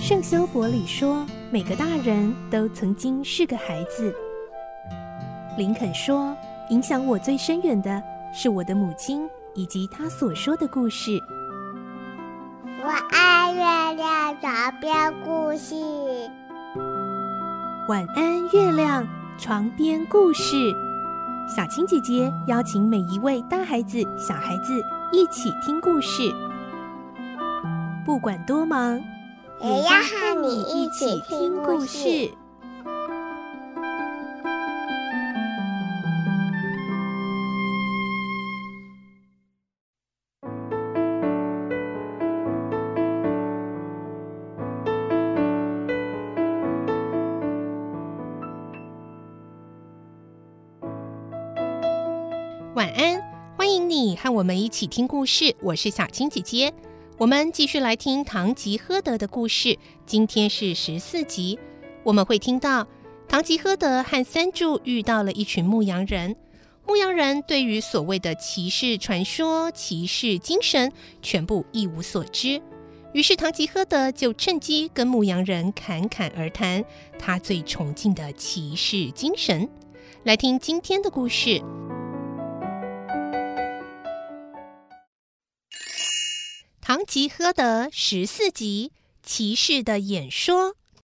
圣修伯里说，每个大人都曾经是个孩子。林肯说，影响我最深远的是我的母亲以及她所说的故事。 我爱月亮床边故事。 晚安，月亮床边故事。小青姐姐邀请每一位大孩子、小孩子一起听故事，不管多忙， 也要和你一起听故事。 晚安，欢迎你和我们一起听故事，我是小青姐姐。我们继续来听堂吉诃德的故事，今天是14集。我们会听到堂吉诃德和三柱遇到了一群牧羊人，牧羊人对于所谓的骑士传说、骑士精神全部一无所知，于是堂吉诃德就趁机跟牧羊人侃侃而谈他最崇敬的骑士精神。来听今天的故事。堂吉诃德14集，骑士的演说。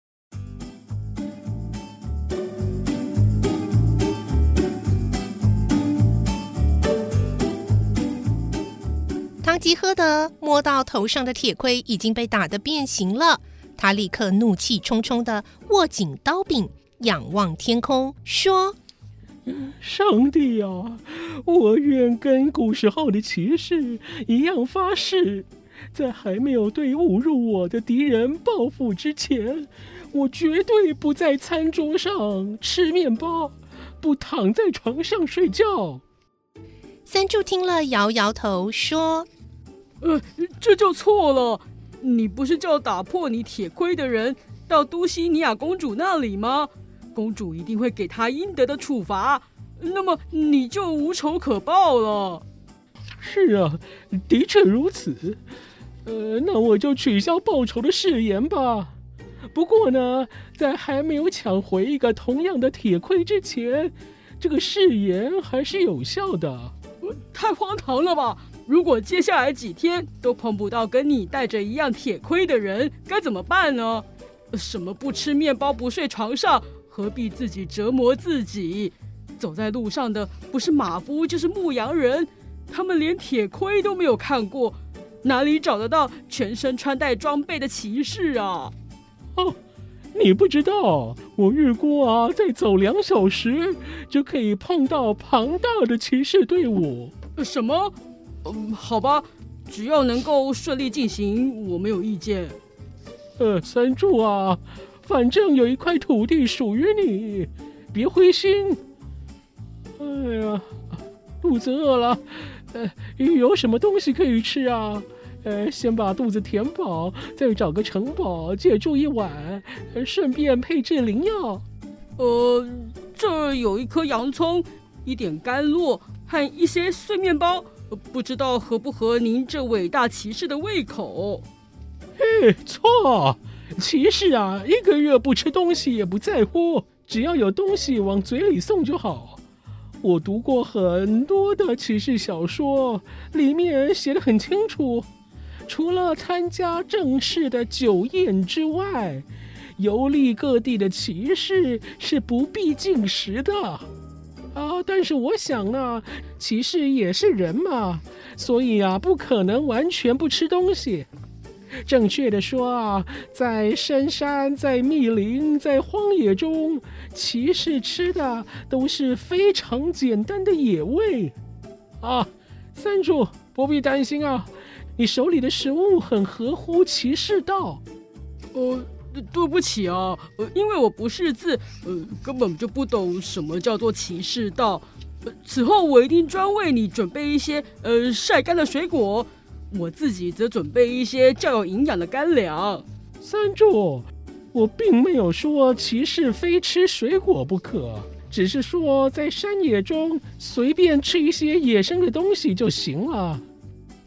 堂吉诃德摸到头上的铁盔已经被打得变形了，他立刻怒气冲冲地握紧刀柄，仰望天空说： 上帝啊，我愿跟古时候的骑士一样发誓，在还没有对侮辱我的敌人报复之前，我绝对不在餐桌上吃面包，不躺在床上睡觉。 三柱听了摇摇头说： 这就错了，你不是叫打破你铁盔的人到都西尼亚公主那里吗？公主一定会给他应得的处罚，那么你就无仇可报了。 是啊，的确如此。那我就取消报仇的誓言吧。不过呢，在还没有抢回一个同样的铁盔之前，这个誓言还是有效的。 太荒唐了吧！如果接下来几天都碰不到跟你带着一样铁盔的人，该怎么办呢？什么不吃面包不睡床上，何必自己折磨自己？走在路上的不是马夫就是牧羊人，他们连铁盔都没有看过，哪里找得到全身穿戴装备的骑士啊？ 哦，你不知道，我预估啊，再走2小时就可以碰到庞大的骑士队伍。 什么？好吧，只要能够顺利进行，我没有意见。 三柱啊，反正有一块土地属于你，别灰心。哎呀，肚子饿了，有什么东西可以吃啊？先把肚子填饱，再找个城堡借住一晚，顺便配置灵药。 这儿有一颗洋葱，一点甘露和一些碎面包，不知道合不合您这伟大骑士的胃口？ 错，骑士啊，1个月不吃东西也不在乎，只要有东西往嘴里送就好。我读过很多的骑士小说，里面写得很清楚，除了参加正式的酒宴之外，游历各地的骑士是不必进食的。但是我想呢，骑士也是人嘛，所以啊，不可能完全不吃东西。正确的说啊，在深山、在密林、在荒野中，骑士吃的都是非常简单的野味。三柱不必担心啊，你手里的食物很合乎骑士道。 对不起啊，因为我不识字，根本就不懂什么叫做骑士道。此后我一定专为你准备一些晒干的水果，我自己则准备一些较有营养的干粮。 三柱，我并没有说骑士非吃水果不可，只是说在山野中随便吃一些野生的东西就行了。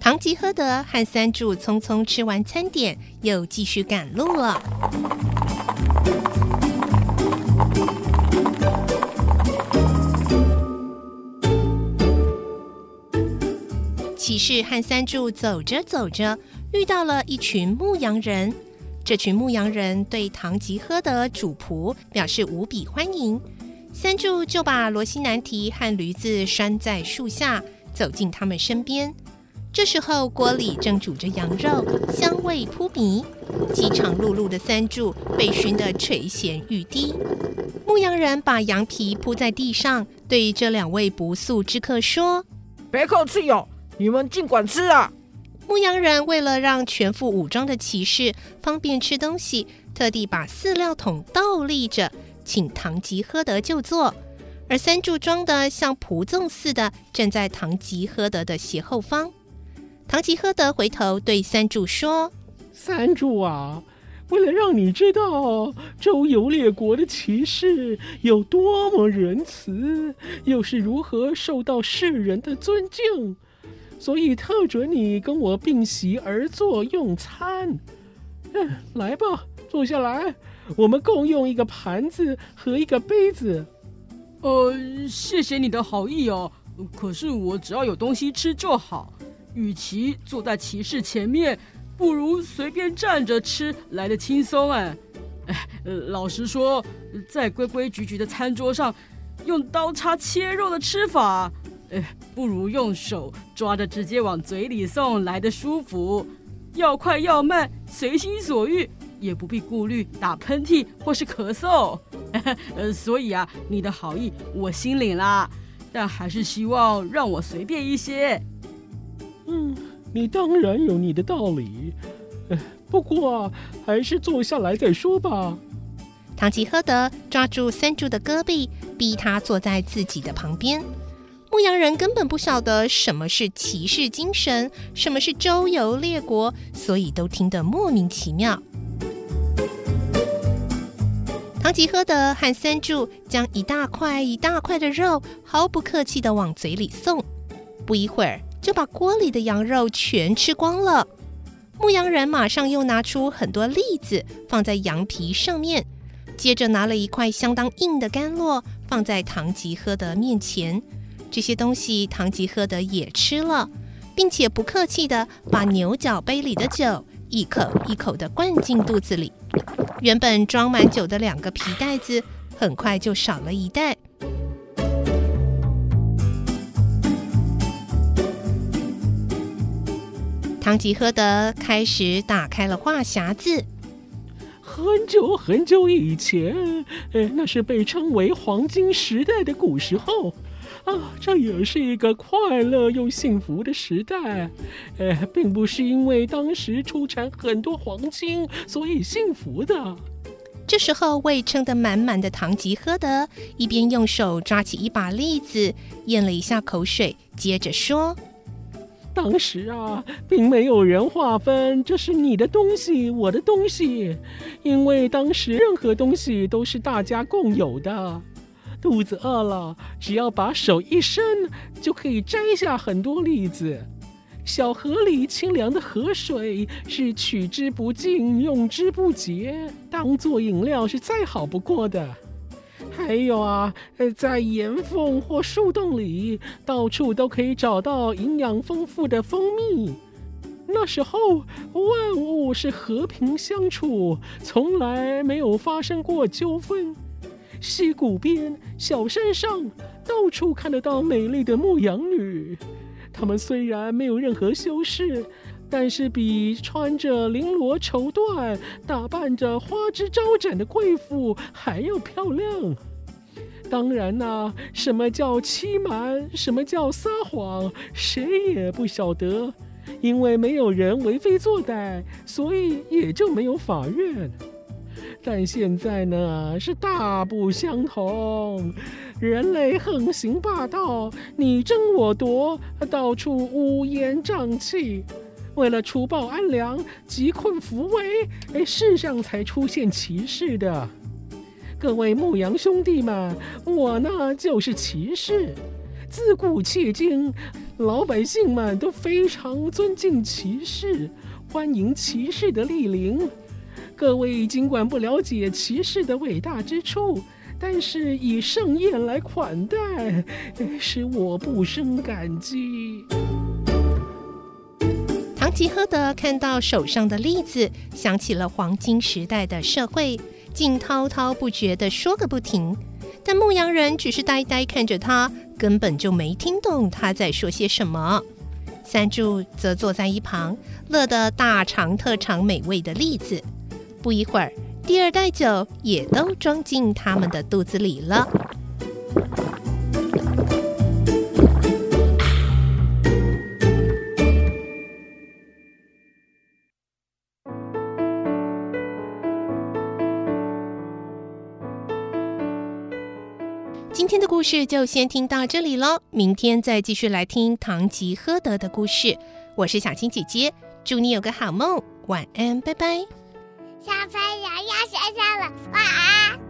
唐吉诃德和三柱匆匆吃完餐点，又继续赶路了。骑士和三柱走着走着，遇到了一群牧羊人。这群牧羊人对唐吉诃德主仆表示无比欢迎。三柱就把罗西南提和驴子拴在树下，走进他们身边。这时候锅里正煮着羊肉，香味扑鼻。饥肠辘辘的三柱被熏得垂涎欲滴。牧羊人把羊皮铺在地上，对这两位不速之客说： 别客气哦，你们尽管吃啊！ 牧羊人为了让全副武装的骑士方便吃东西，特地把饲料桶倒立着，请唐吉诃德就坐。而三柱装的像仆纵似的，站在唐吉诃德的斜后方。唐吉诃德回头对三柱说： 三柱啊，为了让你知道周游列国的骑士有多么仁慈，又是如何受到世人的尊敬，所以特准你跟我并席而坐用餐。来吧，坐下来，我们共用一个盘子和一个杯子。 谢谢你的好意哦，可是我只要有东西吃就好。与其坐在骑士前面，不如随便站着吃来得轻松哎。老实说，在规规矩矩的餐桌上，用刀叉切肉的吃法，不如用手抓着直接往嘴里送来的舒服。要快要慢，随心所欲，也不必顾虑打喷嚏或是咳嗽。所以啊，你的好意我心领啦，但还是希望让我随便一些。 你当然有你的道理，不过还是坐下来再说吧。 唐吉诃德抓住三柱的胳臂，逼他坐在自己的旁边。牧羊人根本不晓得什么是骑士精神，什么是周游列国，所以都听得莫名其妙。唐吉诃德和三柱将一大块一大块的肉毫不客气地往嘴里送，不一会儿就把锅里的羊肉全吃光了。牧羊人马上又拿出很多栗子放在羊皮上面，接着拿了一块相当硬的干酪放在唐吉诃德面前。这些东西唐吉诃德也吃了，并且不客气地把牛角杯里的酒一口一口地灌进肚子里。原本装满酒的2个皮袋子很快就少了1袋。唐吉诃德开始打开了话匣子。 很久很久以前，那是被称为黄金时代的古时候这也是一个快乐又幸福的时代。并不是因为当时出产很多黄金所以幸福的。 这时候胃撑得满满的唐吉诃德一边用手抓起一把栗子，咽了一下口水，接着说： 当时并没有人划分这是你的东西我的东西，因为当时任何东西都是大家共有的。肚子饿了，只要把手一伸，就可以摘下很多栗子。小河里清凉的河水是取之不尽用之不竭，当做饮料是再好不过的。还有在岩缝或树洞里，到处都可以找到营养丰富的蜂蜜。那时候万物是和平相处，从来没有发生过纠纷。溪谷边、小山上，到处看得到美丽的牧羊女。她们虽然没有任何修饰，但是比穿着绫罗绸缎、打扮着花枝招展的贵妇还要漂亮。当然什么叫欺瞒，什么叫撒谎，谁也不晓得，因为没有人为非作歹，所以也就没有法院。但现在是大不相同，人类横行霸道，你争我夺，到处乌烟瘴气。为了除暴安良、急困扶危，世上才出现骑士的。各位牧羊兄弟们，我就是骑士。 自古迄今，老百姓们都非常尊敬骑士，欢迎骑士的莅临。各位尽管不了解骑士的伟大之处，但是以盛宴来款待，使我不胜感激。 堂吉诃德看到手上的栗子，想起了黄金时代的社会，竟滔滔不绝地说个不停。但牧羊人只是呆呆看着他，根本就没听懂他在说些什么。三柱则坐在一旁，乐得大尝特尝美味的栗子。不一会儿，第二袋酒也都装进他们的肚子里了。今天的故事就先听到这里咯，明天再继续来听堂吉诃德的故事。我是小青姐姐，祝你有个好梦，晚安，拜拜。 小朋友要睡觉了，晚安。